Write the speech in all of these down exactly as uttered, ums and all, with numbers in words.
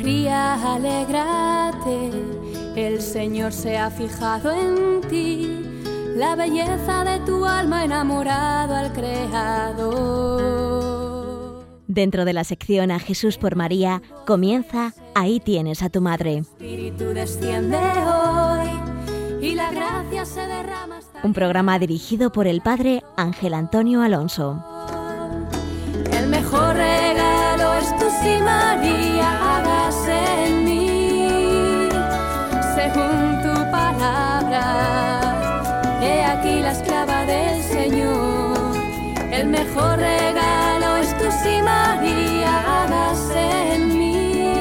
María, alégrate, el Señor se ha fijado en ti, la belleza de tu alma enamorado al Creador. Dentro de la sección A Jesús por María, comienza Ahí tienes a tu madre. Espíritu desciende hoy y la gracia se derrama hasta... Un programa dirigido por el padre Ángel Antonio Alonso. El mejor regalo es tú, si María, hágase en mí según tu palabra. He aquí la esclava del Señor. El mejor regalo es tú, si María, hágase en mí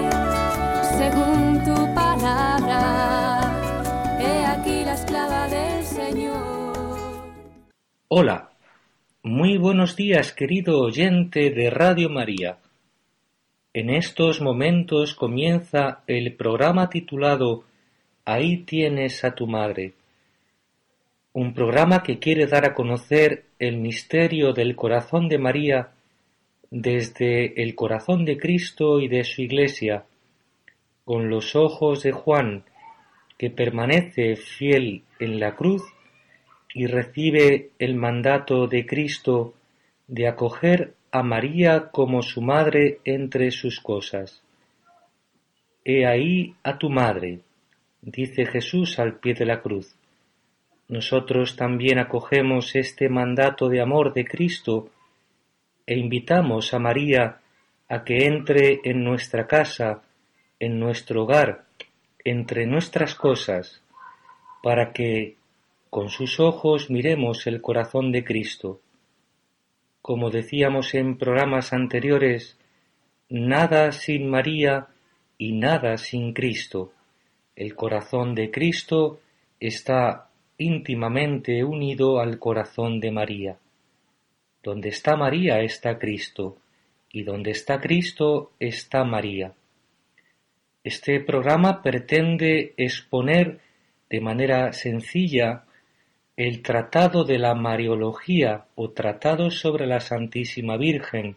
según tu palabra. He aquí la esclava del Señor. Hola, muy buenos días, querido oyente de Radio María. En estos momentos comienza el programa titulado Ahí tienes a tu madre. Un programa que quiere dar a conocer el misterio del corazón de María desde el corazón de Cristo y de su Iglesia, con los ojos de Juan, que permanece fiel en la cruz y recibe el mandato de Cristo de acoger a María como su madre entre sus cosas. He ahí a tu madre, dice Jesús al pie de la cruz. Nosotros también acogemos este mandato de amor de Cristo e invitamos a María a que entre en nuestra casa, en nuestro hogar, entre nuestras cosas, para que con sus ojos miremos el corazón de Cristo. Como decíamos en programas anteriores, nada sin María y nada sin Cristo. El corazón de Cristo está íntimamente unido al corazón de María. Donde está María está Cristo, y donde está Cristo está María. Este programa pretende exponer de manera sencilla el Tratado de la Mariología o Tratado sobre la Santísima Virgen,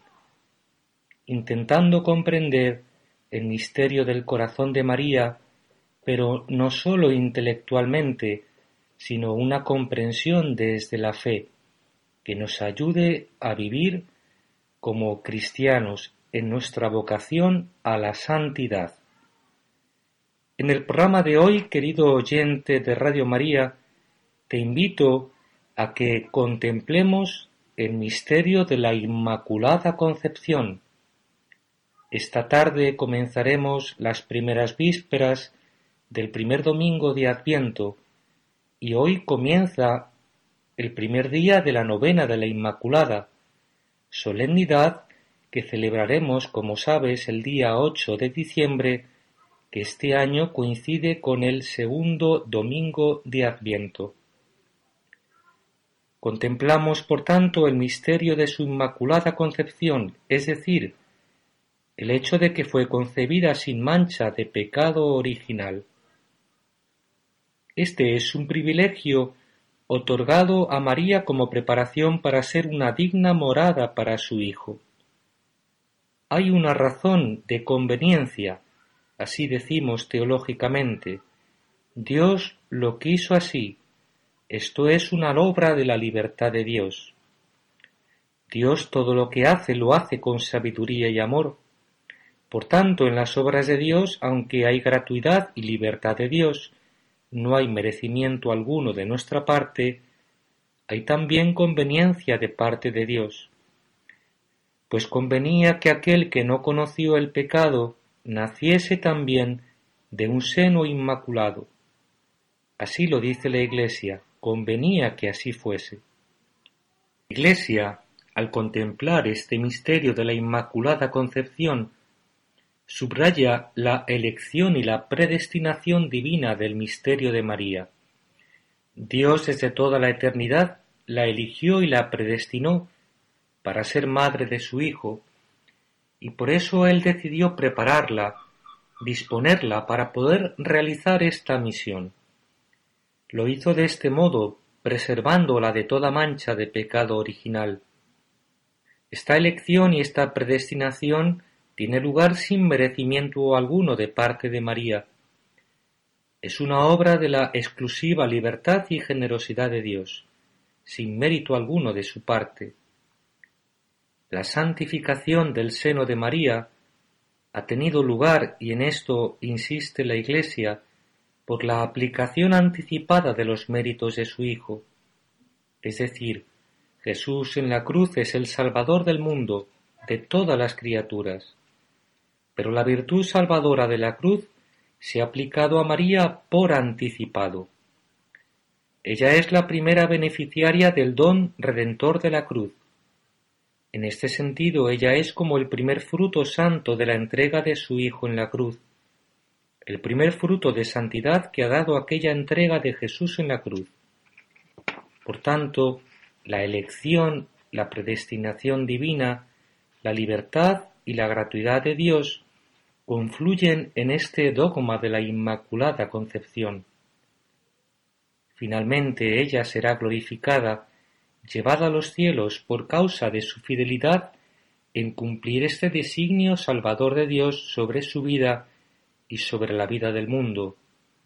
intentando comprender el misterio del corazón de María, pero no sólo intelectualmente, sino una comprensión desde la fe, que nos ayude a vivir como cristianos en nuestra vocación a la santidad. En el programa de hoy, querido oyente de Radio María, te invito a que contemplemos el misterio de la Inmaculada Concepción. Esta tarde comenzaremos las primeras vísperas del primer domingo de Adviento y hoy comienza el primer día de la novena de la Inmaculada, solemnidad que celebraremos, como sabes, el día ocho de diciembre, que este año coincide con el segundo domingo de Adviento. Contemplamos, por tanto, el misterio de su Inmaculada Concepción, es decir, el hecho de que fue concebida sin mancha de pecado original. Este es un privilegio otorgado a María como preparación para ser una digna morada para su Hijo. Hay una razón de conveniencia, así decimos teológicamente. Dios lo quiso así. Esto es una obra de la libertad de Dios. Dios todo lo que hace lo hace con sabiduría y amor. Por tanto, en las obras de Dios, aunque hay gratuidad y libertad de Dios, no hay merecimiento alguno de nuestra parte, hay también conveniencia de parte de Dios. Pues convenía que aquel que no conoció el pecado naciese también de un seno inmaculado. Así lo dice la Iglesia, convenía que así fuese. La Iglesia, al contemplar este misterio de la Inmaculada Concepción, subraya la elección y la predestinación divina del misterio de María. Dios desde toda la eternidad la eligió y la predestinó para ser madre de su Hijo, y por eso Él decidió prepararla, disponerla para poder realizar esta misión. Lo hizo de este modo, preservándola de toda mancha de pecado original. Esta elección y esta predestinación tiene lugar sin merecimiento alguno de parte de María. Es una obra de la exclusiva libertad y generosidad de Dios, sin mérito alguno de su parte. La santificación del seno de María ha tenido lugar, y en esto insiste la Iglesia, por la aplicación anticipada de los méritos de su Hijo. Es decir, Jesús en la cruz es el Salvador del mundo, de todas las criaturas. Pero la virtud salvadora de la cruz se ha aplicado a María por anticipado. Ella es la primera beneficiaria del don redentor de la cruz. En este sentido, ella es como el primer fruto santo de la entrega de su Hijo en la cruz, el primer fruto de santidad que ha dado aquella entrega de Jesús en la cruz. Por tanto, la elección, la predestinación divina, la libertad y la gratuidad de Dios confluyen en este dogma de la Inmaculada Concepción. Finalmente ella será glorificada, llevada a los cielos por causa de su fidelidad en cumplir este designio salvador de Dios sobre su vida y sobre la vida del mundo.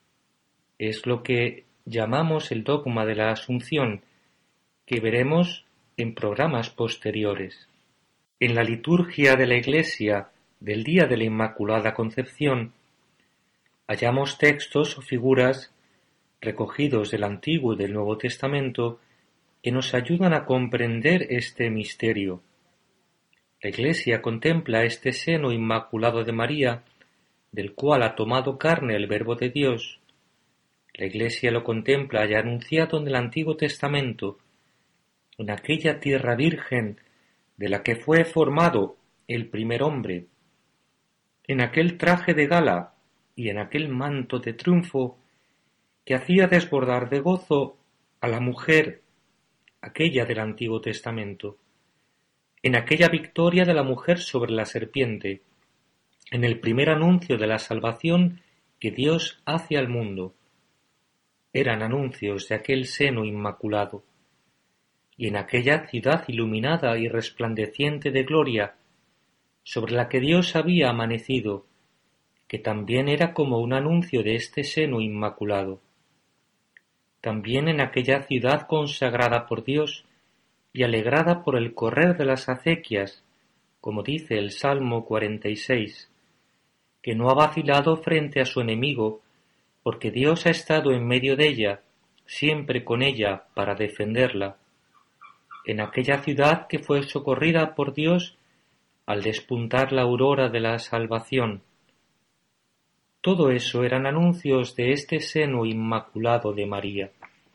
Es lo que llamamos el dogma de la Asunción, que veremos en programas posteriores. En la liturgia de la Iglesia del Día de la Inmaculada Concepción hallamos textos o figuras recogidos del Antiguo y del Nuevo Testamento que nos ayudan a comprender este misterio. La Iglesia contempla este seno inmaculado de María, del cual ha tomado carne el Verbo de Dios. La Iglesia lo contempla ya anunciado en el Antiguo Testamento, en aquella tierra virgen de la que fue formado el primer hombre, en aquel traje de gala y en aquel manto de triunfo que hacía desbordar de gozo a la mujer, aquella del Antiguo Testamento, en aquella victoria de la mujer sobre la serpiente, en el primer anuncio de la salvación que Dios hace al mundo. Eran anuncios de aquel seno inmaculado, y en aquella ciudad iluminada y resplandeciente de gloria, sobre la que Dios había amanecido, que también era como un anuncio de este seno inmaculado. También en aquella ciudad consagrada por Dios y alegrada por el correr de las acequias, como dice el Salmo cuarenta y seis, que no ha vacilado frente a su enemigo, porque Dios ha estado en medio de ella, siempre con ella para defenderla. En aquella ciudad que fue socorrida por Dios al despuntar la aurora de la salvación. Todo eso eran anuncios de este seno inmaculado de María.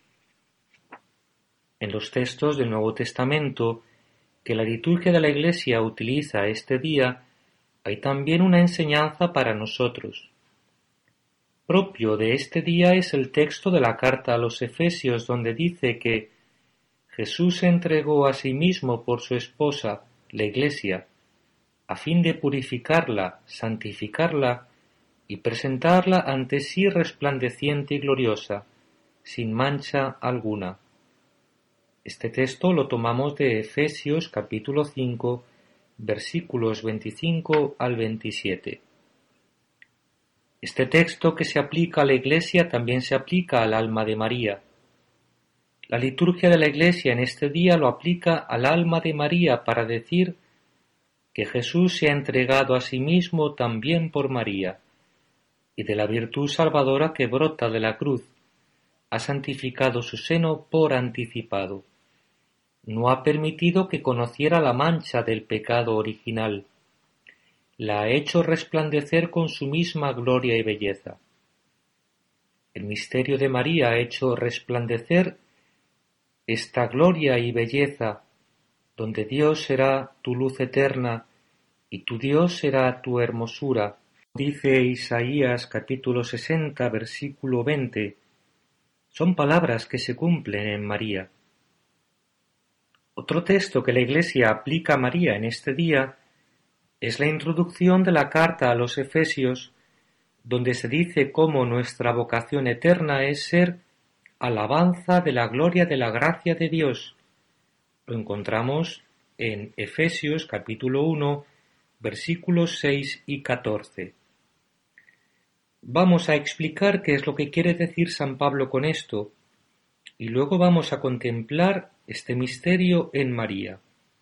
En los textos del Nuevo Testamento que la liturgia de la Iglesia utiliza este día, hay también una enseñanza para nosotros. Propio de este día es el texto de la carta a los Efesios, donde dice que Jesús se entregó a sí mismo por su esposa, la Iglesia, a fin de purificarla, santificarla y presentarla ante sí resplandeciente y gloriosa, sin mancha alguna. Este texto lo tomamos de Efesios capítulo cinco, versículos veinticinco al veintisiete. Este texto que se aplica a la Iglesia también se aplica al alma de María. La liturgia de la Iglesia en este día lo aplica al alma de María para decir que Jesús se ha entregado a sí mismo también por María, y de la virtud salvadora que brota de la cruz, ha santificado su seno por anticipado. No ha permitido que conociera la mancha del pecado original. La ha hecho resplandecer con su misma gloria y belleza. El misterio de María ha hecho resplandecer esta gloria y belleza, donde Dios será tu luz eterna y tu Dios será tu hermosura. Dice Isaías capítulo sesenta, versículo veinte. Son palabras que se cumplen en María. Otro texto que la Iglesia aplica a María en este día es la introducción de la carta a los Efesios, donde se dice cómo nuestra vocación eterna es ser alabanza de la gloria de la gracia de Dios. Lo encontramos en Efesios capítulo uno, versículos seis y catorce. Vamos a explicar qué es lo que quiere decir San Pablo con esto, y luego vamos a contemplar este misterio en María.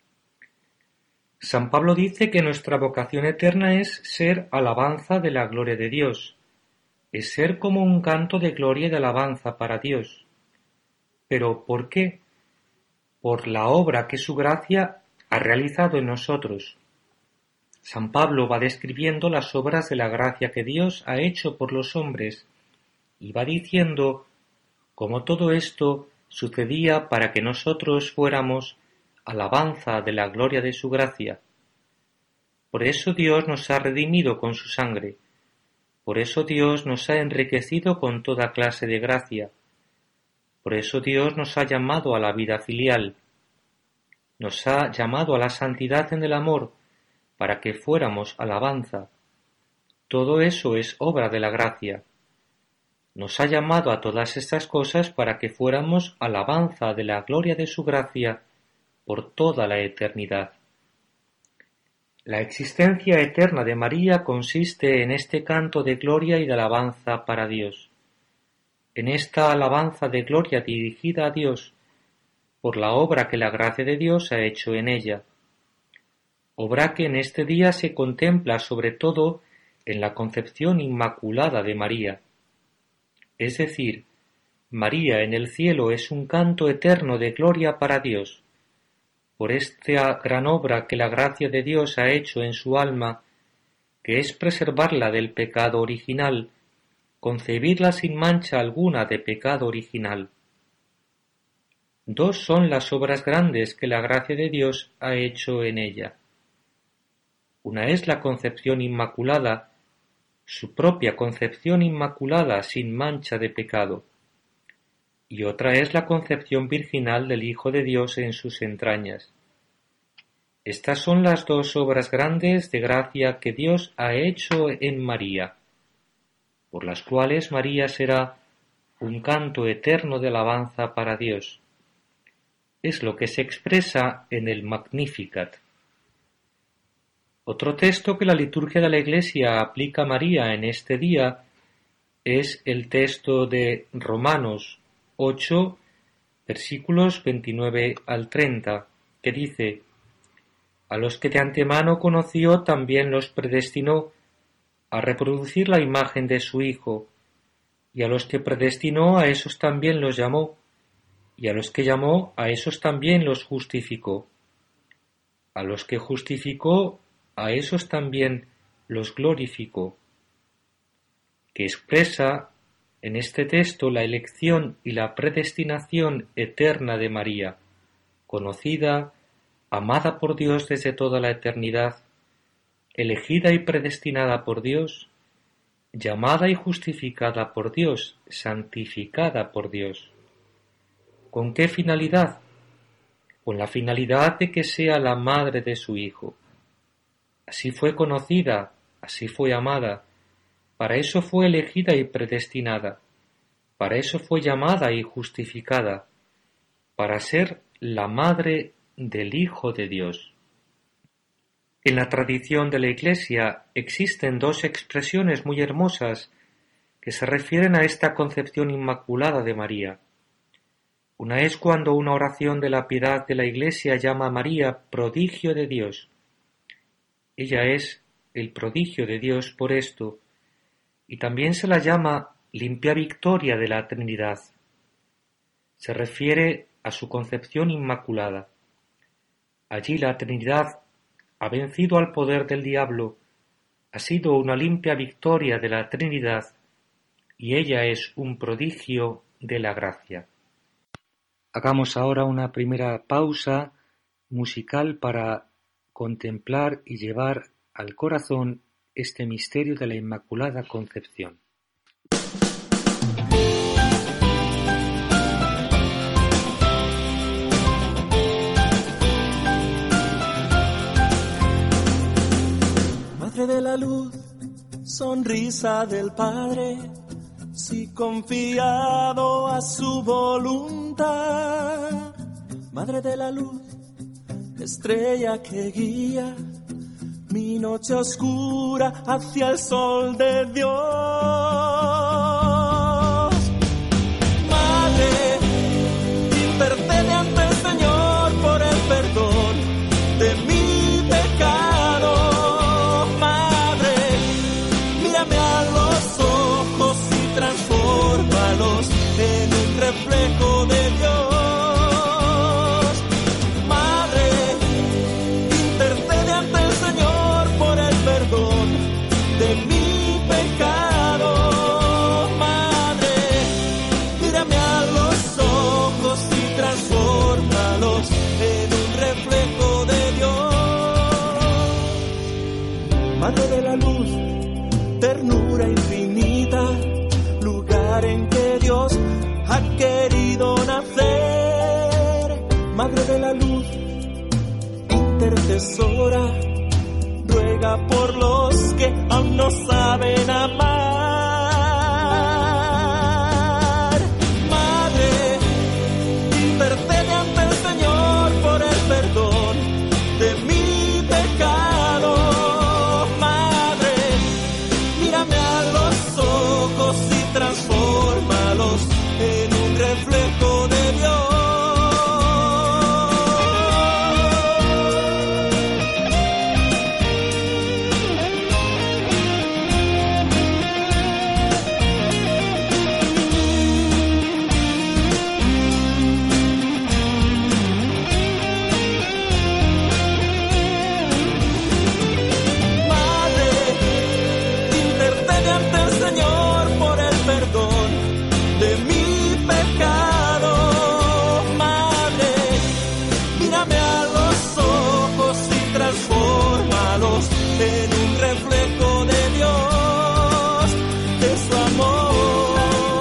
San Pablo dice que nuestra vocación eterna es ser alabanza de la gloria de Dios, es ser como un canto de gloria y de alabanza para Dios. ¿Pero por qué? Por la obra que su gracia ha realizado en nosotros. San Pablo va describiendo las obras de la gracia que Dios ha hecho por los hombres y va diciendo cómo todo esto sucedía para que nosotros fuéramos alabanza de la gloria de su gracia. Por eso Dios nos ha redimido con su sangre, por eso Dios nos ha enriquecido con toda clase de gracia, por eso Dios nos ha llamado a la vida filial, nos ha llamado a la santidad en el amor, para que fuéramos alabanza. Todo eso es obra de la gracia. Nos ha llamado a todas estas cosas para que fuéramos alabanza de la gloria de su gracia por toda la eternidad. La existencia eterna de María consiste en este canto de gloria y de alabanza para Dios, en esta alabanza de gloria dirigida a Dios por la obra que la gracia de Dios ha hecho en ella, obra que en este día se contempla sobre todo en la concepción inmaculada de María. Es decir, María en el cielo es un canto eterno de gloria para Dios, por esta gran obra que la gracia de Dios ha hecho en su alma, que es preservarla del pecado original, concebirla sin mancha alguna de pecado original. Dos son las obras grandes que la gracia de Dios ha hecho en ella. Una es la concepción inmaculada, su propia concepción inmaculada sin mancha de pecado, y otra es la concepción virginal del Hijo de Dios en sus entrañas. Estas son las dos obras grandes de gracia que Dios ha hecho en María, por las cuales María será un canto eterno de alabanza para Dios. Es lo que se expresa en el Magnificat. Otro texto que la liturgia de la Iglesia aplica a María en este día es el texto de Romanos ocho, versículos veintinueve al treinta, que dice: «A los que de antemano conoció también los predestinó a reproducir la imagen de su Hijo, y a los que predestinó a esos también los llamó, y a los que llamó a esos también los justificó, a los que justificó a esos también los glorificó», que expresa en este texto la elección y la predestinación eterna de María, conocida, amada por Dios desde toda la eternidad, elegida y predestinada por Dios, llamada y justificada por Dios, santificada por Dios. ¿Con qué finalidad? Con la finalidad de que sea la madre de su Hijo. Así fue conocida, así fue amada, para eso fue elegida y predestinada, para eso fue llamada y justificada, para ser la madre del Hijo de Dios. En la tradición de la Iglesia existen dos expresiones muy hermosas que se refieren a esta concepción inmaculada de María. Una es cuando una oración de la piedad de la Iglesia llama a María prodigio de Dios. Ella es el prodigio de Dios por esto, y también se la llama limpia victoria de la Trinidad. Se refiere a su concepción inmaculada. Allí la Trinidad ha vencido al poder del diablo, ha sido una limpia victoria de la Trinidad, y ella es un prodigio de la gracia. Hagamos ahora una primera pausa musical para contemplar y llevar al corazón este misterio de la Inmaculada Concepción. Madre de la luz, sonrisa del Padre, si confiado a su voluntad. Madre de la luz, estrella que guía mi noche oscura hacia el sol de Dios. Madre, intercede ante el Señor por el perdón de mi pecado. Madre, mírame a los ojos y transfórmalos en un reflejo de Dios. De mi pecado, Madre, mírame a los ojos y transfórmalos en un reflejo de Dios. Madre de la luz, ternura infinita, lugar en que Dios ha querido nacer. Madre de la luz, intercesora, ruega por los que aún no saben amar. Madre, intercede ante el Señor por el perdón de mi pecado. Madre, mírame a los ojos y transfórmalos en un reflejo de Dios. En un reflejo de Dios, de su amor.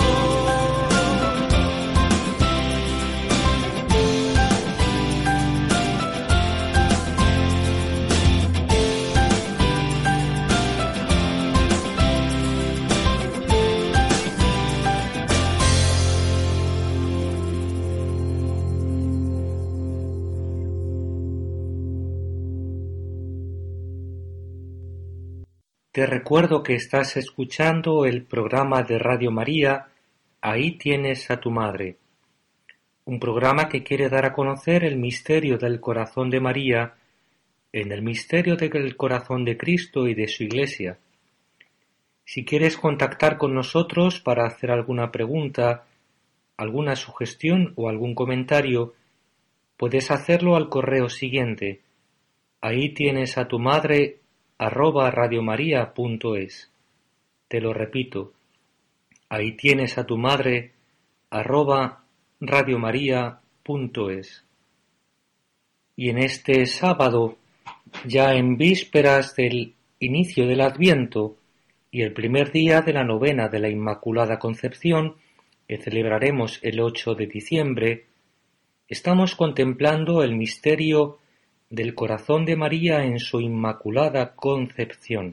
Te recuerdo que estás escuchando el programa de Radio María, Ahí tienes a tu madre, un programa que quiere dar a conocer el misterio del corazón de María en el misterio del corazón de Cristo y de su Iglesia. Si quieres contactar con nosotros para hacer alguna pregunta, alguna sugestión o algún comentario, puedes hacerlo al correo siguiente: ahí tienes a tu madre arroba radiomaria punto es. Te lo repito, ahí tienes a tu madre arroba radiomaria punto es. Y en este sábado, ya en vísperas del inicio del Adviento y el primer día de la novena de la Inmaculada Concepción, que celebraremos el ocho de diciembre, estamos contemplando el misterio del corazón de María en su Inmaculada Concepción.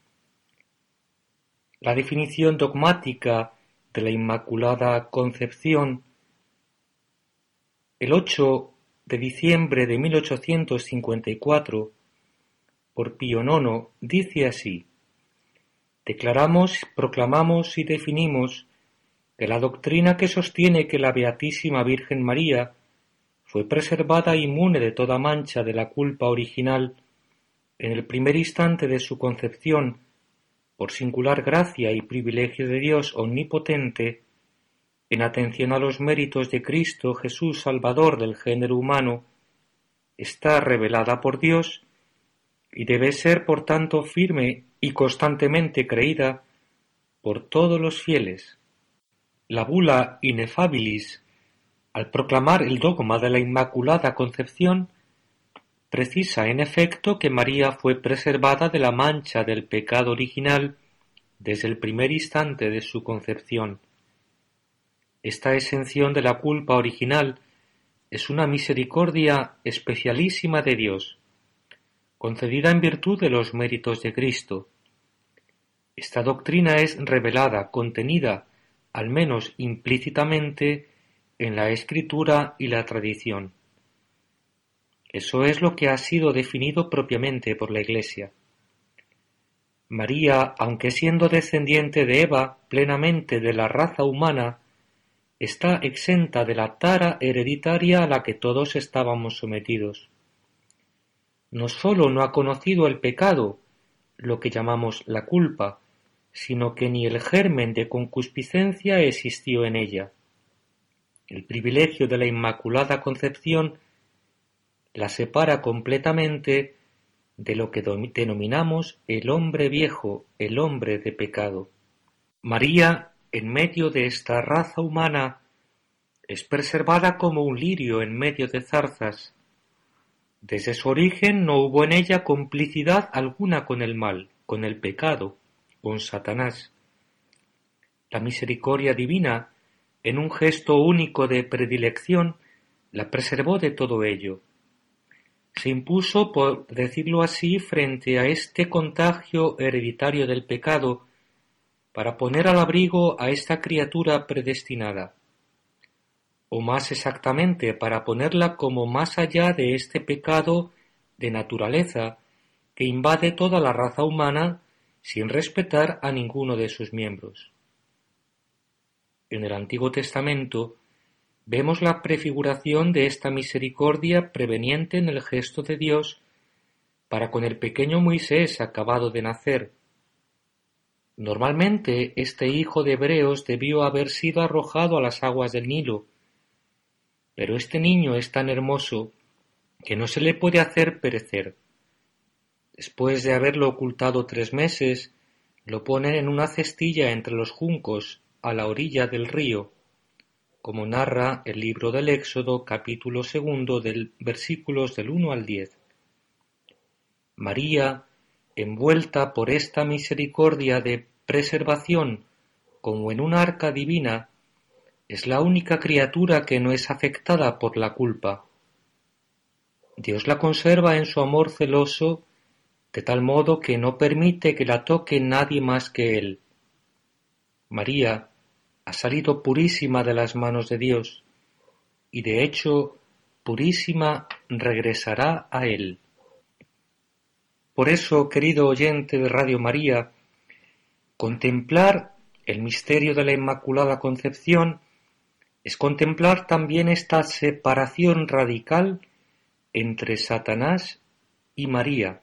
La definición dogmática de la Inmaculada Concepción, el ocho de diciembre de mil ochocientos cincuenta y cuatro, por Pío nono, dice así: declaramos, proclamamos y definimos que la doctrina que sostiene que la Beatísima Virgen María fue preservada inmune de toda mancha de la culpa original en el primer instante de su concepción, por singular gracia y privilegio de Dios omnipotente, en atención a los méritos de Cristo Jesús Salvador del género humano, está revelada por Dios y debe ser por tanto firme y constantemente creída por todos los fieles. La bula Ineffabilis, al proclamar el dogma de la Inmaculada Concepción, precisa en efecto que María fue preservada de la mancha del pecado original desde el primer instante de su concepción. Esta exención de la culpa original es una misericordia especialísima de Dios, concedida en virtud de los méritos de Cristo. Esta doctrina es revelada, contenida, al menos implícitamente, en la Escritura y la tradición. Eso es lo que ha sido definido propiamente por la Iglesia. María, aunque siendo descendiente de Eva, plenamente de la raza humana, está exenta de la tara hereditaria a la que todos estábamos sometidos. No sólo no ha conocido el pecado, lo que llamamos la culpa, sino que ni el germen de concupiscencia existió en ella. El privilegio de la Inmaculada Concepción la separa completamente de lo que denominamos el hombre viejo, el hombre de pecado. María, en medio de esta raza humana, es preservada como un lirio en medio de zarzas. Desde su origen no hubo en ella complicidad alguna con el mal, con el pecado, con Satanás. La misericordia divina, en un gesto único de predilección, la preservó de todo ello. Se impuso, por decirlo así, frente a este contagio hereditario del pecado, para poner al abrigo a esta criatura predestinada, o más exactamente, para ponerla como más allá de este pecado de naturaleza que invade toda la raza humana sin respetar a ninguno de sus miembros. En el Antiguo Testamento vemos la prefiguración de esta misericordia preveniente en el gesto de Dios para con el pequeño Moisés acabado de nacer. Normalmente este hijo de hebreos debió haber sido arrojado a las aguas del Nilo, pero este niño es tan hermoso que no se le puede hacer perecer. Después de haberlo ocultado tres meses, lo ponen en una cestilla entre los juncos a la orilla del río, como narra el libro del Éxodo, capítulo segundo, del versículos del uno al diez. María, envuelta por esta misericordia de preservación como en un arca divina, es la única criatura que no es afectada por la culpa. Dios la conserva en su amor celoso, de tal modo que no permite que la toque nadie más que Él. María ha salido purísima de las manos de Dios, y de hecho purísima regresará a Él. Por eso, querido oyente de Radio María, contemplar el misterio de la Inmaculada Concepción es contemplar también esta separación radical entre Satanás y María.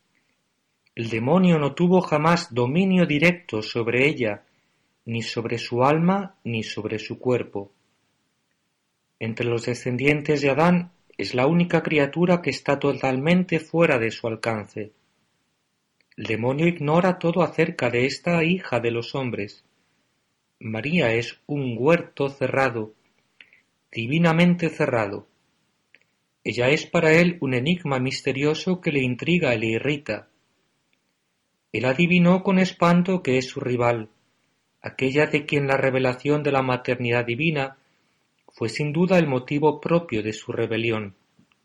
El demonio no tuvo jamás dominio directo sobre ella, ni sobre su alma, ni sobre su cuerpo. Entre los descendientes de Adán es la única criatura que está totalmente fuera de su alcance. El demonio ignora todo acerca de esta hija de los hombres. María es un huerto cerrado, divinamente cerrado. Ella es para él un enigma misterioso que le intriga y le irrita. Él adivinó con espanto que es su rival, aquella de quien la revelación de la maternidad divina fue sin duda el motivo propio de su rebelión.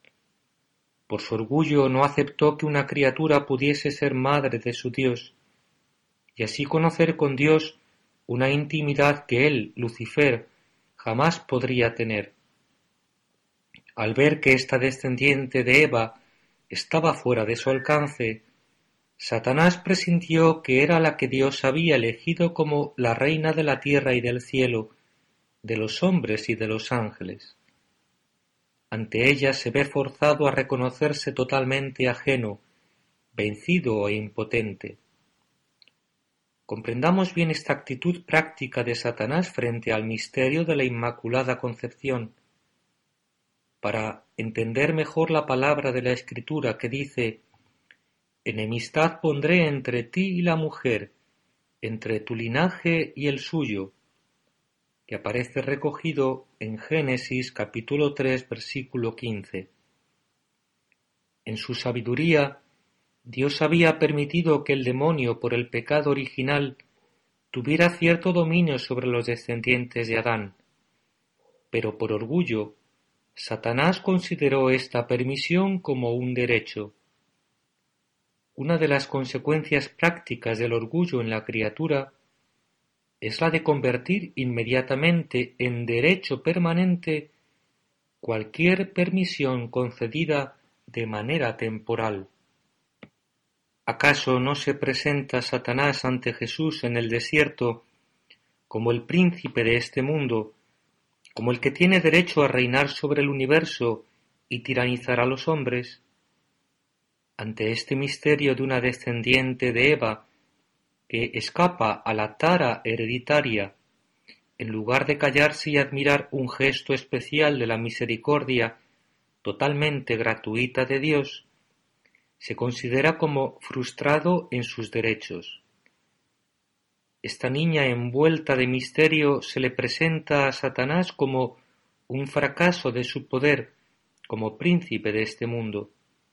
Por su orgullo no aceptó que una criatura pudiese ser madre de su Dios, y así conocer con Dios una intimidad que él, Lucifer, jamás podría tener. Al ver que esta descendiente de Eva estaba fuera de su alcance, Satanás presintió que era la que Dios había elegido como la reina de la tierra y del cielo, de los hombres y de los ángeles. Ante ella se ve forzado a reconocerse totalmente ajeno, vencido e impotente. Comprendamos bien esta actitud práctica de Satanás frente al misterio de la Inmaculada Concepción, para entender mejor la palabra de la Escritura que dice: «Enemistad pondré entre ti y la mujer, entre tu linaje y el suyo», que aparece recogido en Génesis capítulo tres, versículo quince. En su sabiduría, Dios había permitido que el demonio, por el pecado original, tuviera cierto dominio sobre los descendientes de Adán, pero por orgullo, Satanás consideró esta permisión como un derecho. Una de las consecuencias prácticas del orgullo en la criatura es la de convertir inmediatamente en derecho permanente cualquier permisión concedida de manera temporal. ¿Acaso no se presenta Satanás ante Jesús en el desierto como el príncipe de este mundo, como el que tiene derecho a reinar sobre el universo y tiranizar a los hombres? Ante este misterio de una descendiente de Eva que escapa a la tara hereditaria, en lugar de callarse y admirar un gesto especial de la misericordia totalmente gratuita de Dios, se considera como frustrado en sus derechos. Esta niña envuelta de misterio se le presenta a Satanás como un fracaso de su poder como príncipe de este mundo.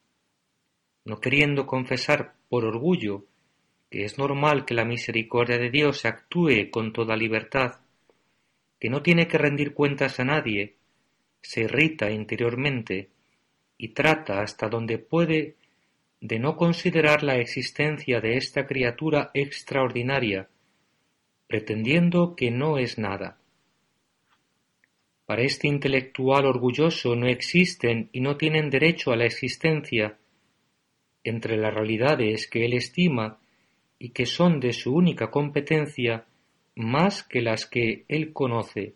No queriendo confesar por orgullo que es normal que la misericordia de Dios actúe con toda libertad, que no tiene que rendir cuentas a nadie, se irrita interiormente y trata hasta donde puede de no considerar la existencia de esta criatura extraordinaria, pretendiendo que no es nada. Para este intelectual orgulloso no existen y no tienen derecho a la existencia entre las realidades que él estima y que son de su única competencia más que las que él conoce.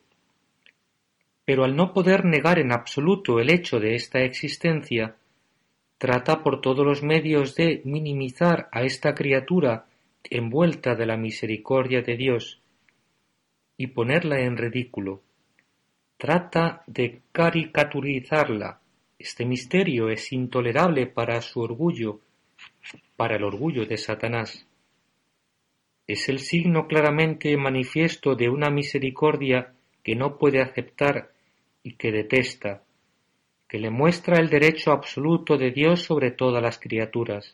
Pero al no poder negar en absoluto el hecho de esta existencia, trata por todos los medios de minimizar a esta criatura envuelta de la misericordia de Dios y ponerla en ridículo. Trata de caricaturizarla. Este misterio es intolerable para su orgullo, para el orgullo de Satanás. Es el signo claramente manifiesto de una misericordia que no puede aceptar y que detesta, que le muestra el derecho absoluto de Dios sobre todas las criaturas,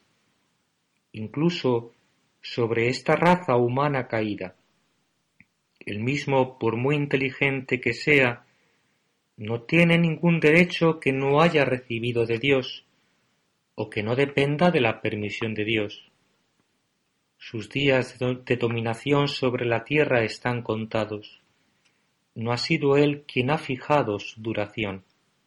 incluso sobre esta raza humana caída. El mismo, por muy inteligente que sea, no tiene ningún derecho que no haya recibido de Dios, o que no dependa de la permisión de Dios. Sus días de dominación sobre la tierra están contados. No ha sido él quien ha fijado su duración.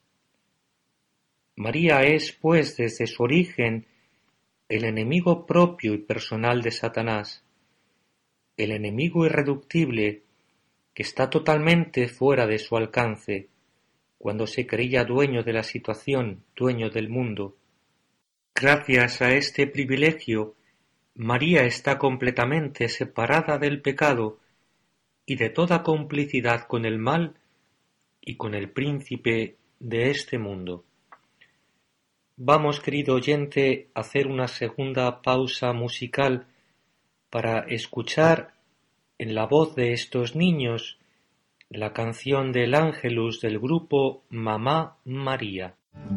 María es, pues, desde su origen, el enemigo propio y personal de Satanás, el enemigo irreductible que está totalmente fuera de su alcance, cuando se creía dueño de la situación, dueño del mundo. Gracias a este privilegio, María está completamente separada del pecado y de toda complicidad con el mal y con el príncipe de este mundo. Vamos, querido oyente, a hacer una segunda pausa musical para escuchar en la voz de estos niños la canción del Ángelus del grupo Mamá María.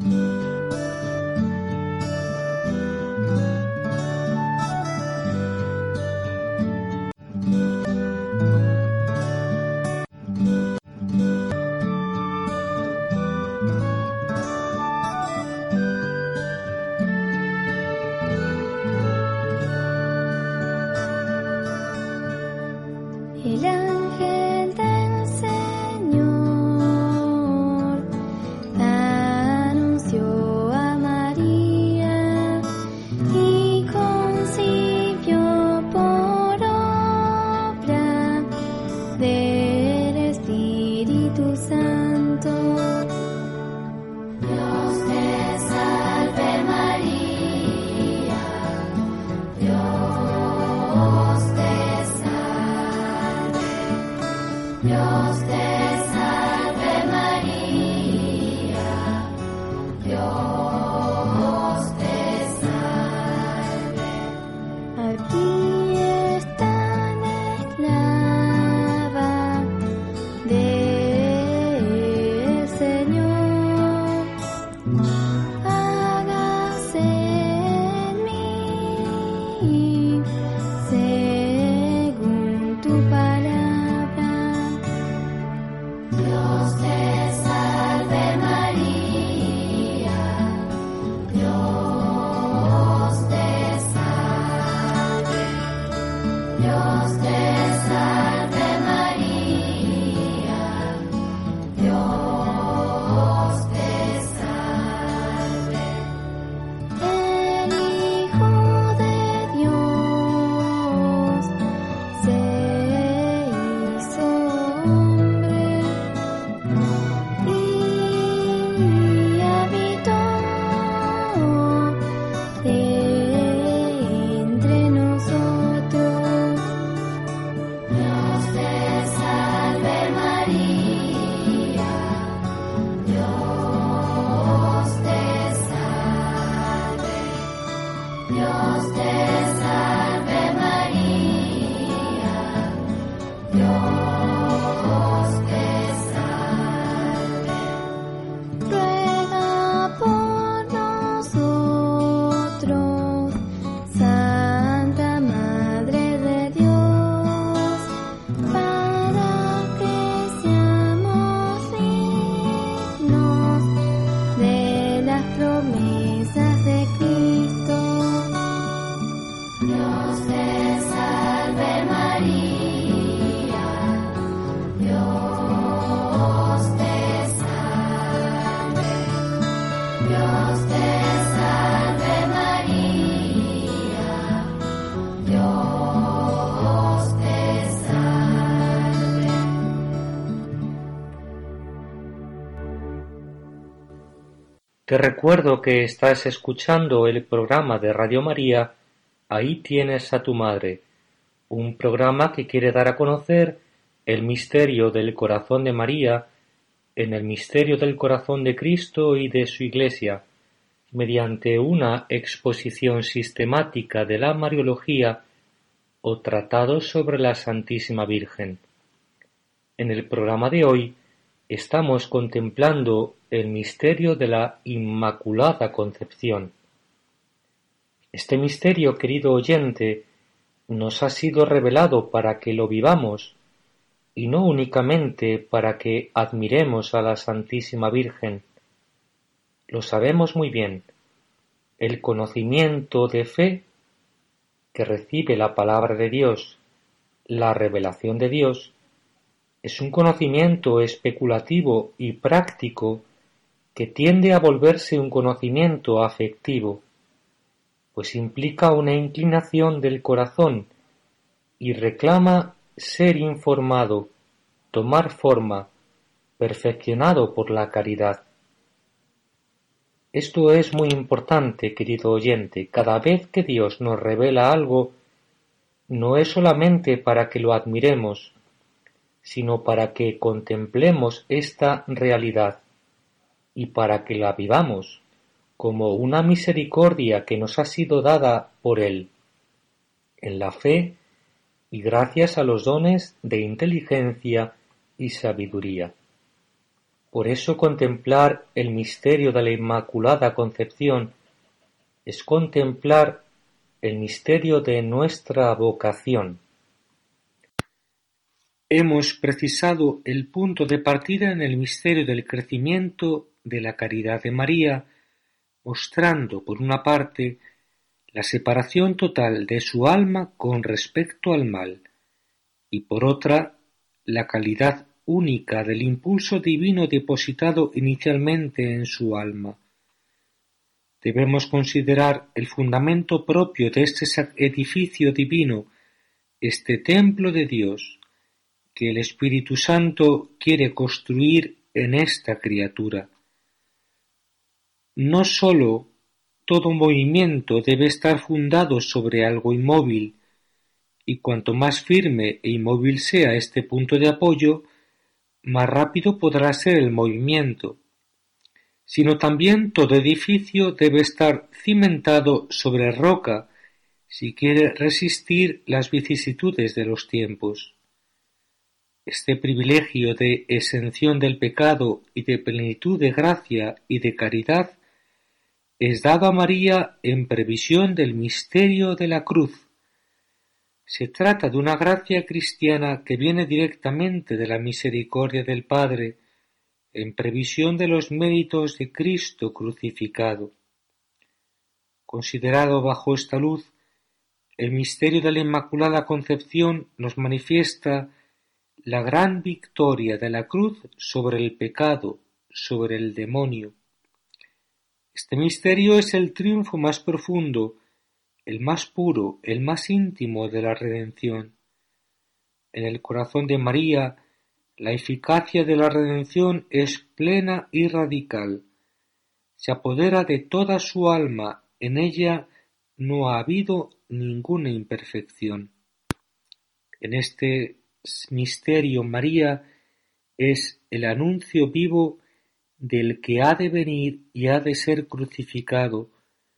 El ángel del Señor anunció Dios te salve María, Dios te salve. Ruega por nosotros, Santa Madre de Dios, para que seamos dignos de las promesas de Cristo. Dios te salve María, Dios te salve, Dios te salve María, Dios te salve. Te recuerdo que estás escuchando el programa de Radio María, Ahí tienes a tu madre, un programa que quiere dar a conocer el misterio del corazón de María en el misterio del corazón de Cristo y de su Iglesia, mediante una exposición sistemática de la Mariología o tratado sobre la Santísima Virgen. En el programa de hoy estamos contemplando el misterio de la Inmaculada Concepción. Este misterio, querido oyente, nos ha sido revelado para que lo vivamos, y no únicamente para que admiremos a la Santísima Virgen. Lo sabemos muy bien. El conocimiento de fe que recibe la palabra de Dios, la revelación de Dios, es un conocimiento especulativo y práctico que tiende a volverse un conocimiento afectivo, pues implica una inclinación del corazón y reclama ser informado, tomar forma, perfeccionado por la caridad. Esto es muy importante, querido oyente. Cada vez que Dios nos revela algo, no es solamente para que lo admiremos, sino para que contemplemos esta realidad y para que la vivamos como una misericordia que nos ha sido dada por Él, en la fe y gracias a los dones de inteligencia y sabiduría. Por eso contemplar el misterio de la Inmaculada Concepción es contemplar el misterio de nuestra vocación. Hemos precisado el punto de partida en el misterio del crecimiento de la caridad de María, mostrando, por una parte, la separación total de su alma con respecto al mal, y por otra, la calidad única del impulso divino depositado inicialmente en su alma. Debemos considerar el fundamento propio de este edificio divino, este templo de Dios, que el Espíritu Santo quiere construir en esta criatura. No sólo todo movimiento debe estar fundado sobre algo inmóvil, y cuanto más firme e inmóvil sea este punto de apoyo, más rápido podrá ser el movimiento, sino también todo edificio debe estar cimentado sobre roca si quiere resistir las vicisitudes de los tiempos. Este privilegio de exención del pecado y de plenitud de gracia y de caridad es dado a María en previsión del misterio de la cruz. Se trata de una gracia cristiana que viene directamente de la misericordia del Padre, en previsión de los méritos de Cristo crucificado. Considerado bajo esta luz, el misterio de la Inmaculada Concepción nos manifiesta la gran victoria de la cruz sobre el pecado, sobre el demonio. Este misterio es el triunfo más profundo, el más puro, el más íntimo de la redención. En el corazón de María, la eficacia de la redención es plena y radical. Se apodera de toda su alma, en ella no ha habido ninguna imperfección. En este misterio María es el anuncio vivo del que ha de venir y ha de ser crucificado,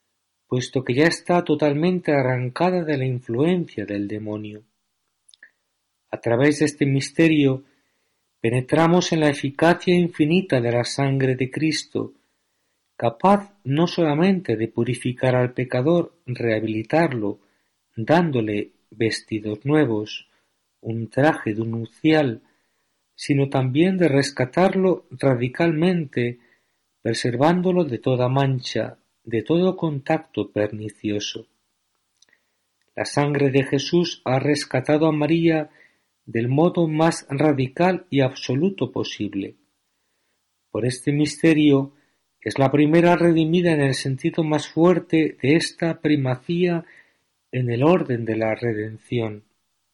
puesto que ya está totalmente arrancada de la influencia del demonio. A través de este misterio penetramos en la eficacia infinita de la sangre de Cristo, capaz no solamente de purificar al pecador, rehabilitarlo, dándole vestidos nuevos, un traje de nupcial, sino también de rescatarlo radicalmente, preservándolo de toda mancha, de todo contacto pernicioso. La sangre de Jesús ha rescatado a María del modo más radical y absoluto posible. Por este misterio es la primera redimida en el sentido más fuerte de esta primacía en el orden de la redención.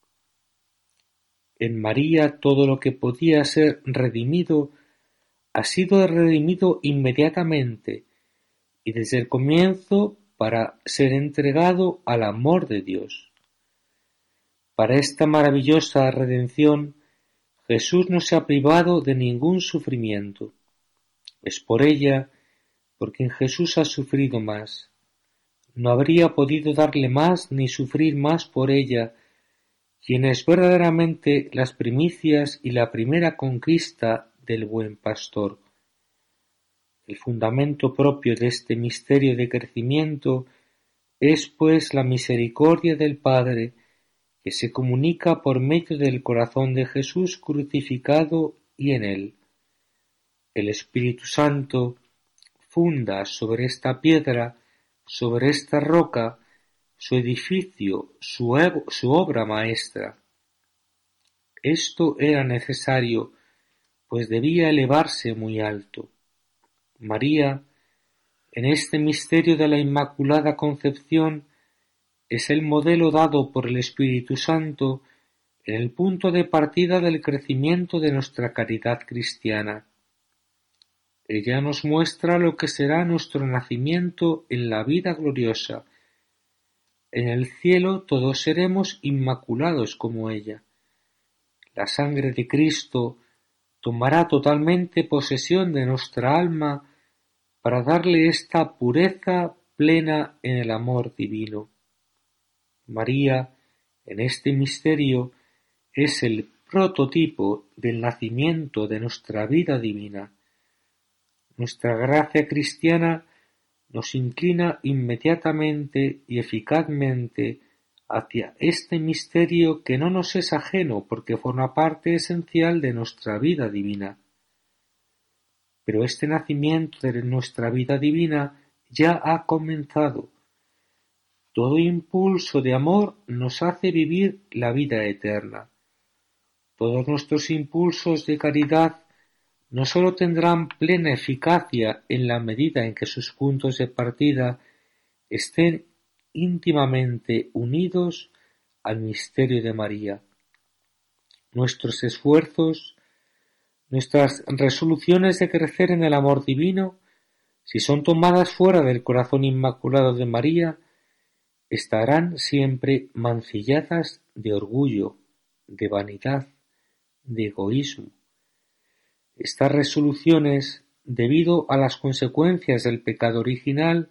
En María todo lo que podía ser redimido ha sido redimido inmediatamente y desde el comienzo para ser entregado al amor de Dios. Para esta maravillosa redención, Jesús no se ha privado de ningún sufrimiento. Es por ella por quien Jesús ha sufrido más. No habría podido darle más ni sufrir más por ella, quien es verdaderamente las primicias y la primera conquista del buen pastor. El fundamento propio de este misterio de crecimiento es, pues, la misericordia del Padre, que se comunica por medio del corazón de Jesús crucificado y en él. El Espíritu Santo funda sobre esta piedra, sobre esta roca, su edificio, su, su obra maestra. Esto era necesario, pues debía elevarse muy alto. María, en este misterio de la Inmaculada Concepción, es el modelo dado por el Espíritu Santo en el punto de partida del crecimiento de nuestra caridad cristiana. Ella nos muestra lo que será nuestro nacimiento en la vida gloriosa. En el cielo todos seremos inmaculados como ella. La sangre de Cristo tomará totalmente posesión de nuestra alma para darle esta pureza plena en el amor divino. María, en este misterio, es el prototipo del nacimiento de nuestra vida divina. Nuestra gracia cristiana nos inclina inmediatamente y eficazmente hacia este misterio que no nos es ajeno porque forma parte esencial de nuestra vida divina. Pero este nacimiento de nuestra vida divina ya ha comenzado. Todo impulso de amor nos hace vivir la vida eterna. Todos nuestros impulsos de caridad no sólo tendrán plena eficacia en la medida en que sus puntos de partida estén íntimamente unidos al misterio de María. Nuestros esfuerzos, nuestras resoluciones de crecer en el amor divino, si son tomadas fuera del corazón inmaculado de María, estarán siempre mancilladas de orgullo, de vanidad, de egoísmo. Estas resoluciones, debido a las consecuencias del pecado original,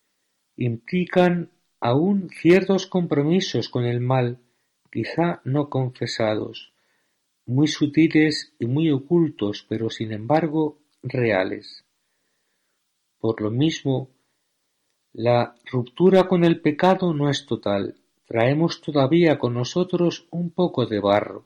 implican aún ciertos compromisos con el mal, quizá no confesados, muy sutiles y muy ocultos, pero sin embargo reales. Por lo mismo, la ruptura con el pecado no es total, traemos todavía con nosotros un poco de barro.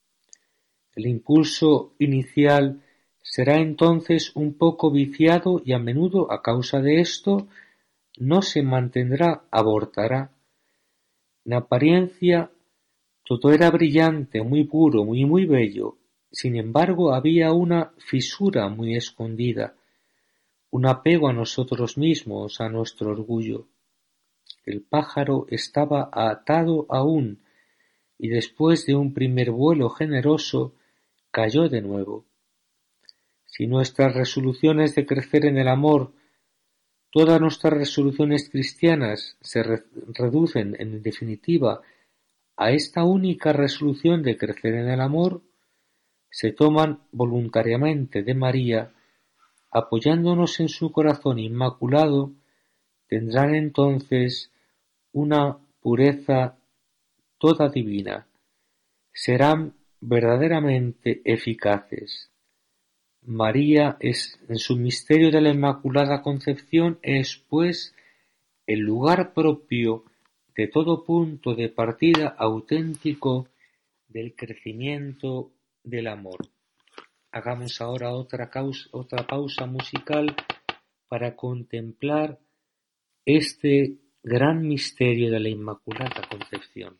El impulso inicial será entonces un poco viciado y a menudo a causa de esto no se mantendrá, abortará. En apariencia todo era brillante, muy puro, muy muy bello, sin embargo había una fisura muy escondida, un apego a nosotros mismos, a nuestro orgullo. El pájaro estaba atado aún, y después de un primer vuelo generoso, cayó de nuevo. Si nuestras resoluciones de crecer en el amor, todas nuestras resoluciones cristianas se re- reducen en definitiva a esta única resolución de crecer en el amor, se toman voluntariamente de María, apoyándonos en su corazón inmaculado, tendrán entonces una pureza toda divina, serán verdaderamente eficaces. María es, en su misterio de la Inmaculada Concepción, es pues el lugar propio de todo punto de partida auténtico del crecimiento del amor. Hagamos ahora otra, causa, otra pausa musical para contemplar este gran misterio de la Inmaculada Concepción.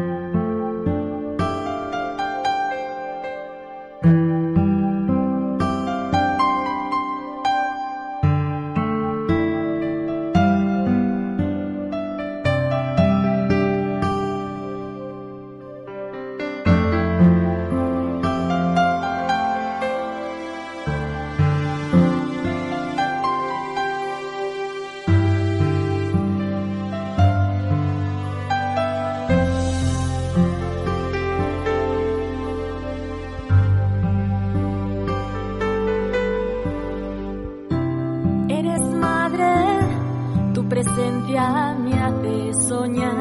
presencia me hace soñar,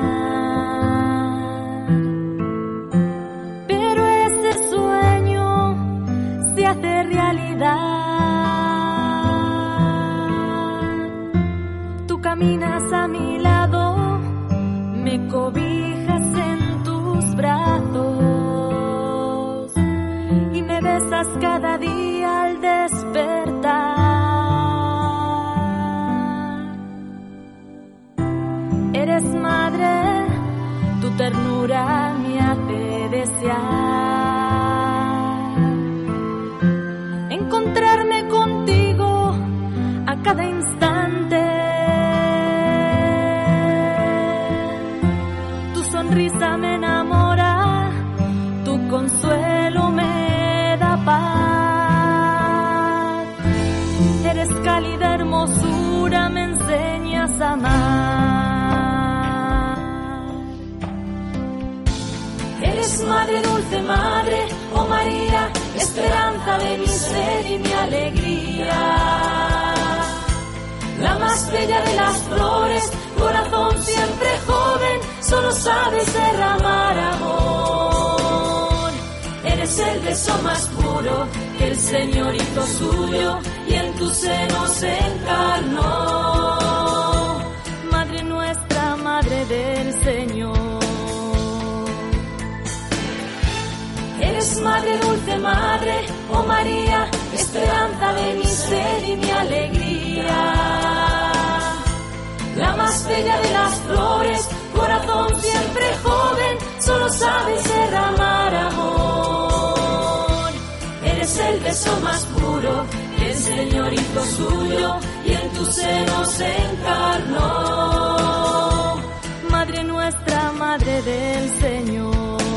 pero ese sueño se hace realidad. Tú caminas a mi lado, me cobijas en tus brazos y me besas cada día al despertar. Eres madre, tu ternura me hace desear encontrarme contigo a cada instante. Tu sonrisa me enamora, tu consuelo me da paz. Eres cálida hermosura, me enseñas a amar. Eres madre, dulce madre, oh María, esperanza de mi ser y mi alegría. La más bella de las flores, corazón siempre joven, solo sabes derramar amor. Eres el beso más puro que el Señor hizo suyo y en tu seno se encarnó. Madre nuestra, Madre del Señor. Eres madre, dulce madre, oh María, esperanza de mi ser y mi alegría. La más bella de las flores, corazón siempre joven, solo sabes derramar amor. Eres el beso más puro que el Señor hizo suyo y en tu seno se encarnó. Madre nuestra, Madre del Señor.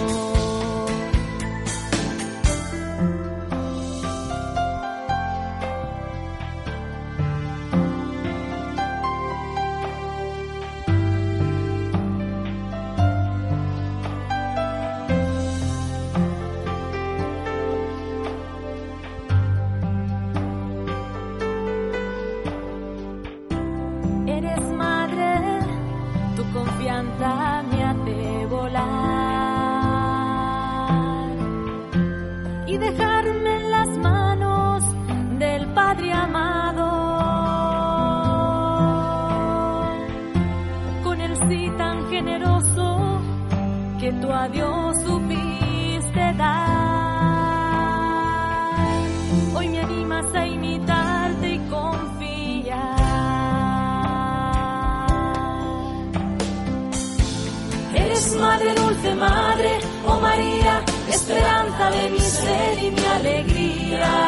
Me hace volar y dejarme en las manos del Padre amado, con el sí tan generoso que tú a Dios supiste dar. Hoy me animas a imitarte y confiar. Eres madre, dulce madre, oh María, esperanza de mi ser y mi alegría.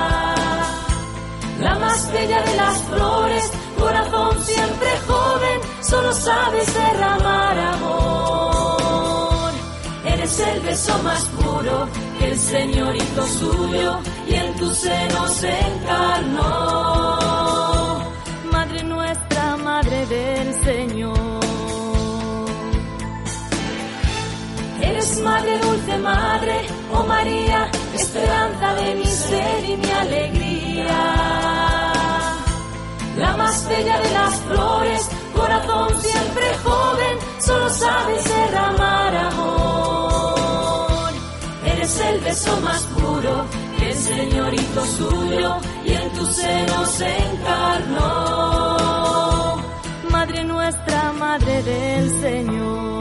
La más bella de las flores, corazón siempre joven, solo sabes derramar amor. Eres el beso más puro que el Señor hizo suyo y en tu seno se encarnó. Madre nuestra, Madre del Señor. Eres madre, dulce madre, oh María, esperanza de mi ser y mi alegría. la más bella de las flores, corazón siempre joven, solo sabes derramar amor. Eres el beso más puro que el Señor hizo suyo y en tu seno se encarnó. Madre nuestra, Madre del Señor.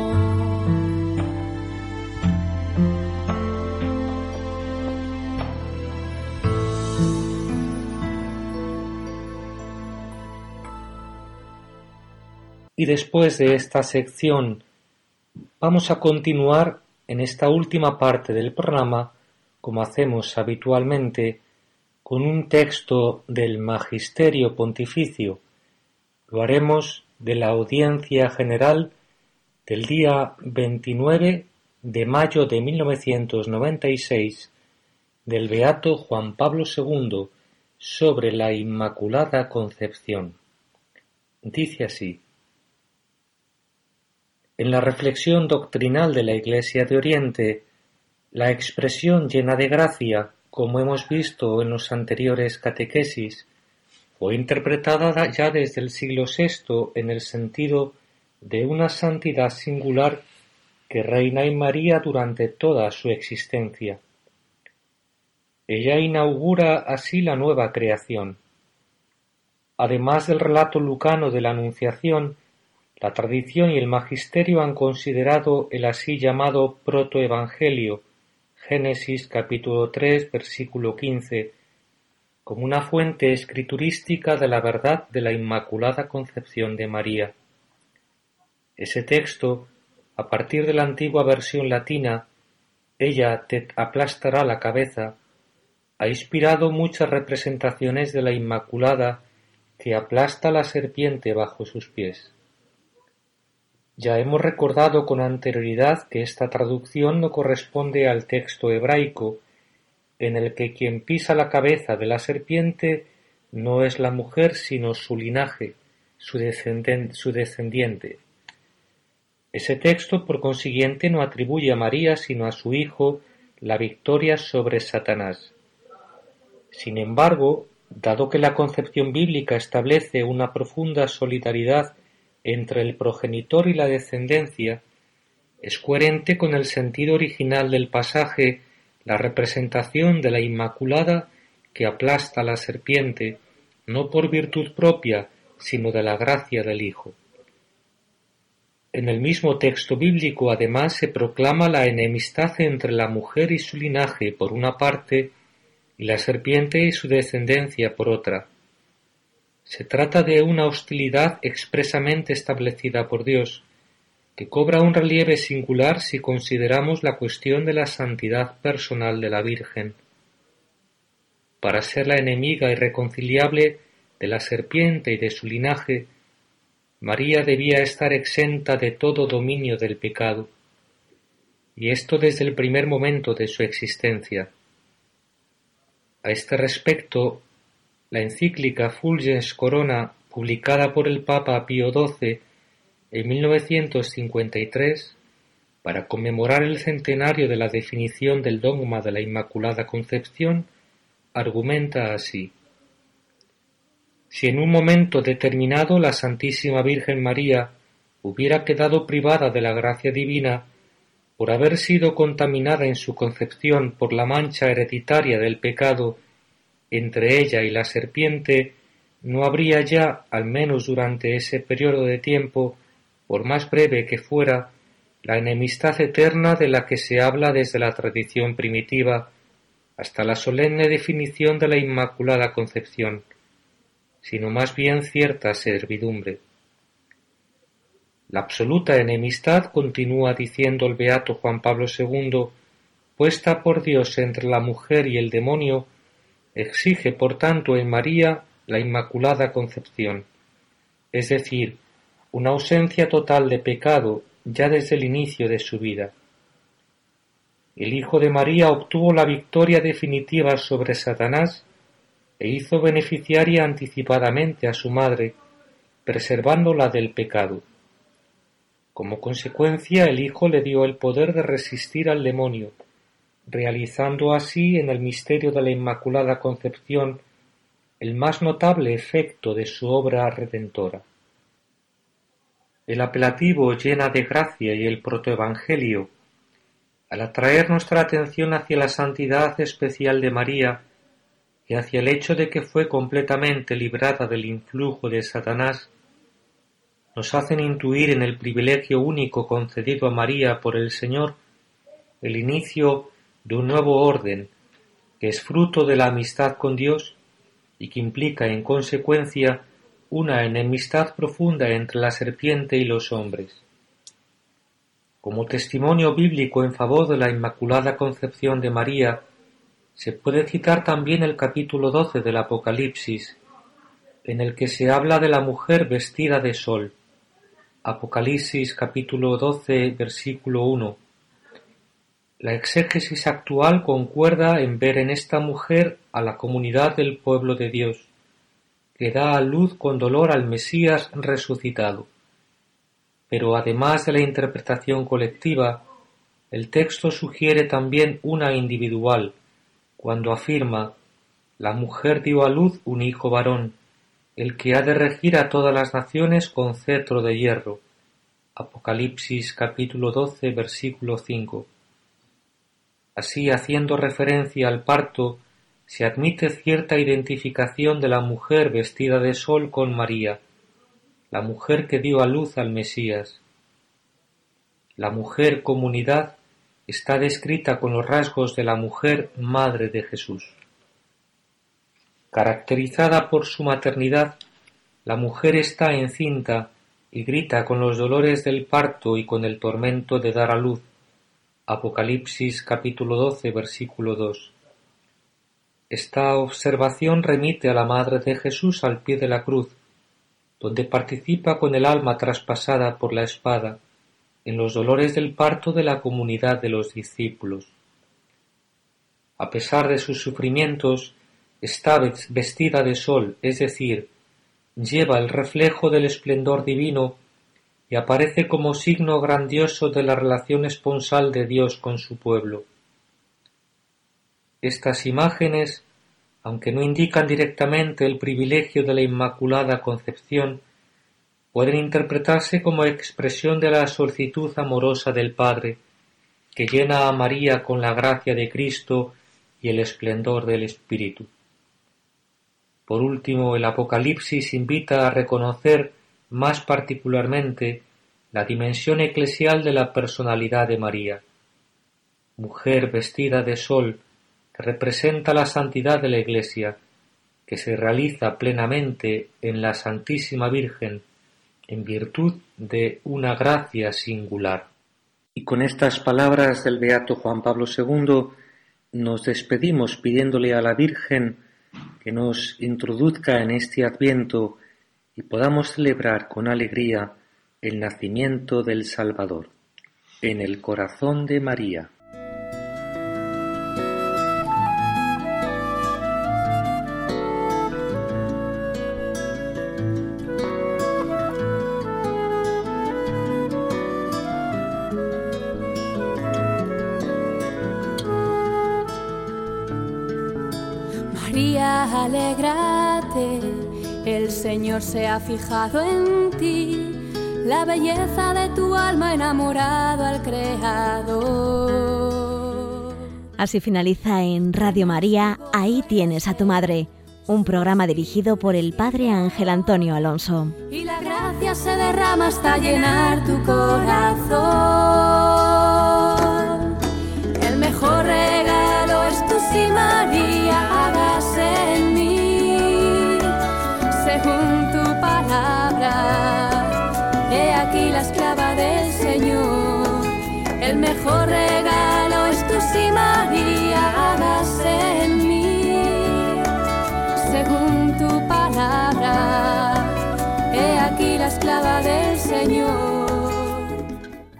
Y después de esta sección vamos a continuar en esta última parte del programa, como hacemos habitualmente, con un texto del Magisterio Pontificio. Lo haremos de la Audiencia General del día veintinueve de mayo de mil novecientos noventa y seis del Beato Juan Pablo segundo sobre la Inmaculada Concepción. Dice así: en la reflexión doctrinal de la Iglesia de Oriente, la expresión llena de gracia, como hemos visto en los anteriores catequesis, fue interpretada ya desde el siglo sexto en el sentido de una santidad singular que reina en María durante toda su existencia. Ella inaugura así la nueva creación. Además del relato lucano de la Anunciación, la tradición y el magisterio han considerado el así llamado protoevangelio, Génesis capítulo tres, versículo quince, como una fuente escriturística de la verdad de la Inmaculada Concepción de María. Ese texto, a partir de la antigua versión latina, ella te aplastará la cabeza, ha inspirado muchas representaciones de la Inmaculada que aplasta la serpiente bajo sus pies. Ya hemos recordado con anterioridad que esta traducción no corresponde al texto hebraico, en el que quien pisa la cabeza de la serpiente no es la mujer sino su linaje, su descendiente. Ese texto, por consiguiente, no atribuye a María sino a su Hijo la victoria sobre Satanás. Sin embargo, dado que la concepción bíblica establece una profunda solidaridad entre el progenitor y la descendencia, es coherente con el sentido original del pasaje la representación de la Inmaculada que aplasta a la serpiente, no por virtud propia, sino de la gracia del Hijo. En el mismo texto bíblico, además, se proclama la enemistad entre la mujer y su linaje por una parte y la serpiente y su descendencia por otra. Se trata de una hostilidad expresamente establecida por Dios, que cobra un relieve singular si consideramos la cuestión de la santidad personal de la Virgen. Para ser la enemiga irreconciliable de la serpiente y de su linaje, María debía estar exenta de todo dominio del pecado, y esto desde el primer momento de su existencia. A este respecto, la encíclica Fulgens Corona, publicada por el Papa Pío doce en mil novecientos cincuenta y tres, para conmemorar el centenario de la definición del dogma de la Inmaculada Concepción, argumenta así: si en un momento determinado la Santísima Virgen María hubiera quedado privada de la gracia divina por haber sido contaminada en su concepción por la mancha hereditaria del pecado entre ella y la serpiente, no habría ya, al menos durante ese periodo de tiempo, por más breve que fuera, la enemistad eterna de la que se habla desde la tradición primitiva hasta la solemne definición de la Inmaculada Concepción, sino más bien cierta servidumbre. La absoluta enemistad, continúa diciendo el beato Juan Pablo segundo, puesta por Dios entre la mujer y el demonio, exige por tanto en María la Inmaculada Concepción, es decir, una ausencia total de pecado ya desde el inicio de su vida. El Hijo de María obtuvo la victoria definitiva sobre Satanás e hizo beneficiaria anticipadamente a su madre, preservándola del pecado. Como consecuencia, el Hijo le dio el poder de resistir al demonio, realizando así en el misterio de la Inmaculada Concepción el más notable efecto de su obra redentora. El apelativo llena de gracia y el protoevangelio, al atraer nuestra atención hacia la santidad especial de María y hacia el hecho de que fue completamente librada del influjo de Satanás, nos hacen intuir en el privilegio único concedido a María por el Señor el inicio de un nuevo orden que es fruto de la amistad con Dios y que implica en consecuencia una enemistad profunda entre la serpiente y los hombres. Como testimonio bíblico en favor de la Inmaculada Concepción de María, se puede citar también el capítulo doce del Apocalipsis, en el que se habla de la mujer vestida de sol. Apocalipsis capítulo doce, versículo uno. La exégesis actual concuerda en ver en esta mujer a la comunidad del pueblo de Dios, que da a luz con dolor al Mesías resucitado. Pero además de la interpretación colectiva, el texto sugiere también una individual, cuando afirma: la mujer dio a luz un hijo varón, el que ha de regir a todas las naciones con cetro de hierro. Apocalipsis capítulo doce, versículo cinco. Así, haciendo referencia al parto, se admite cierta identificación de la mujer vestida de sol con María, la mujer que dio a luz al Mesías. La mujer comunidad está descrita con los rasgos de la mujer madre de Jesús. Caracterizada por su maternidad, la mujer está encinta y grita con los dolores del parto y con el tormento de dar a luz. Apocalipsis capítulo doce, versículo dos. Esta observación remite a la Madre de Jesús al pie de la cruz, donde participa con el alma traspasada por la espada en los dolores del parto de la comunidad de los discípulos. A pesar de sus sufrimientos, está vestida de sol, es decir, lleva el reflejo del esplendor divino y aparece como signo grandioso de la relación esponsal de Dios con su pueblo. Estas imágenes, aunque no indican directamente el privilegio de la Inmaculada Concepción, pueden interpretarse como expresión de la solicitud amorosa del Padre, que llena a María con la gracia de Cristo y el esplendor del Espíritu. Por último, el Apocalipsis invita a reconocer más particularmente la dimensión eclesial de la personalidad de María, mujer vestida de sol, que representa la santidad de la Iglesia, que se realiza plenamente en la Santísima Virgen, en virtud de una gracia singular. Y con estas palabras del beato Juan Pablo segundo nos despedimos pidiéndole a la Virgen que nos introduzca en este Adviento y podamos celebrar con alegría el nacimiento del Salvador, en el corazón de María. María, alégrate, el Señor se ha fijado en ti, la belleza de tu alma enamorado al Creador. Así finaliza en Radio María, Ahí tienes a tu madre, un programa dirigido por el Padre Ángel Antonio Alonso. Y la gracia se derrama hasta llenar tu corazón. El mejor regalo es tu sí, María, hágase en mí según tu palabra. He aquí la esclava del Señor. El mejor regalo es tu sí, María, hágase en mí según tu palabra. He aquí la esclava del Señor.